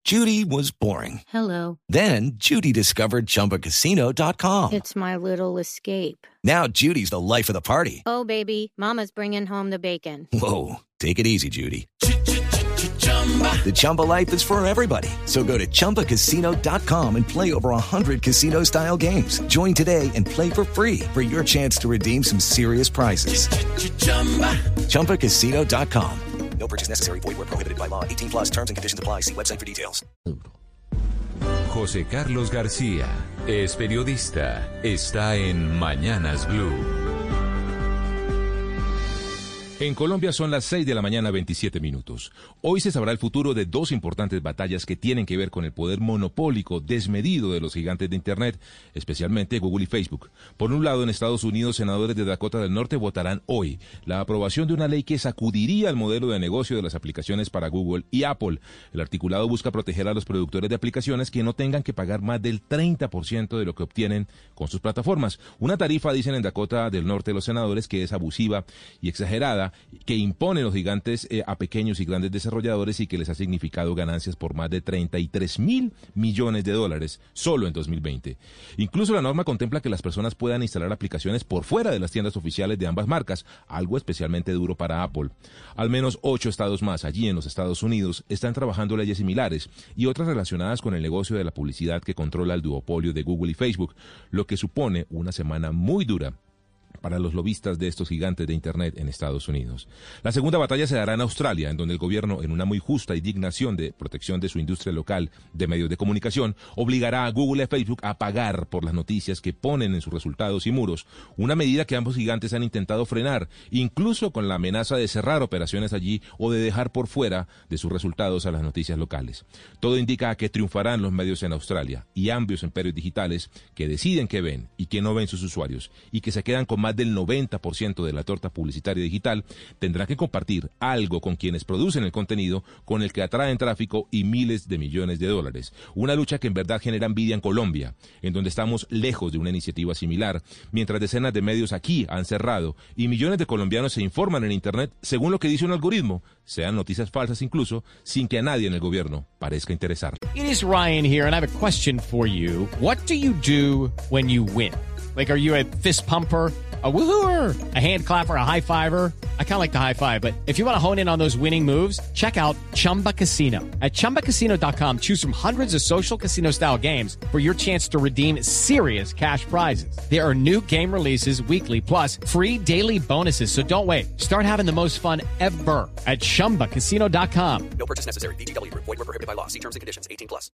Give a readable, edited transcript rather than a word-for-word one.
Judy was boring. Hello. Then Judy discovered ChumbaCasino.com. It's my little escape. Now Judy's the life of the party. Oh, baby, mama's bringing home the bacon. Whoa, take it easy, Judy. The Chumba life is for everybody. So go to ChumbaCasino.com and play over 100 casino-style games. Join today and play for free for your chance to redeem some serious prizes. ChumbaCasino.com. No purchase necessary. Void where prohibited by law. 18 plus terms and conditions apply. See website for details. José Carlos García es periodista. Está en Mañanas Blue. En Colombia son las 6 de la mañana, 27 minutos. Hoy se sabrá el futuro de dos importantes batallas que tienen que ver con el poder monopólico desmedido de los gigantes de Internet, especialmente Google y Facebook. Por un lado, en Estados Unidos, senadores de Dakota del Norte votarán hoy la aprobación de una ley que sacudiría el modelo de negocio de las aplicaciones para Google y Apple. El articulado busca proteger a los productores de aplicaciones que no tengan que pagar más del 30% de lo que obtienen con sus plataformas. Una tarifa, dicen en Dakota del Norte los senadores, que es abusiva y exagerada, que impone los gigantes a pequeños y grandes desarrolladores y que les ha significado ganancias por más de 33.000 millones de dólares solo en 2020. Incluso la norma contempla que las personas puedan instalar aplicaciones por fuera de las tiendas oficiales de ambas marcas, algo especialmente duro para Apple. Al menos 8 estados más allí en los Estados Unidos están trabajando leyes similares y otras relacionadas con el negocio de la publicidad que controla el duopolio de Google y Facebook, lo que supone una semana muy dura para los lobistas de estos gigantes de Internet en Estados Unidos. La segunda batalla se dará en Australia, en donde el gobierno, en una muy justa y digna acción de protección de su industria local de medios de comunicación, obligará a Google y Facebook a pagar por las noticias que ponen en sus resultados y muros, una medida que ambos gigantes han intentado frenar, incluso con la amenaza de cerrar operaciones allí o de dejar por fuera de sus resultados a las noticias locales. Todo indica que triunfarán los medios en Australia y ambos imperios digitales que deciden qué ven y qué no ven sus usuarios y que se quedan con más del 90% de la torta publicitaria digital, tendrán que compartir algo con quienes producen el contenido con el que atraen tráfico y miles de millones de dólares. Una lucha que en verdad genera envidia en Colombia, en donde estamos lejos de una iniciativa similar, mientras decenas de medios aquí han cerrado y millones de colombianos se informan en Internet según lo que dice un algoritmo, sean noticias falsas incluso, sin que a nadie en el gobierno parezca interesar. It is Ryan here, and I have a question for you. What do you do when you win? Like, are you a fist pumper, a woohooer, a hand clapper, a high fiver? I kind of like the high five, but if you want to hone in on those winning moves, check out Chumba Casino. At ChumbaCasino.com, choose from hundreds of social casino-style games for your chance to redeem serious cash prizes. There are new game releases weekly, plus free daily bonuses, so don't wait. Start having the most fun ever at ChumbaCasino.com. No purchase necessary. VGW Group. Void where prohibited by law. See terms and conditions. 18 plus.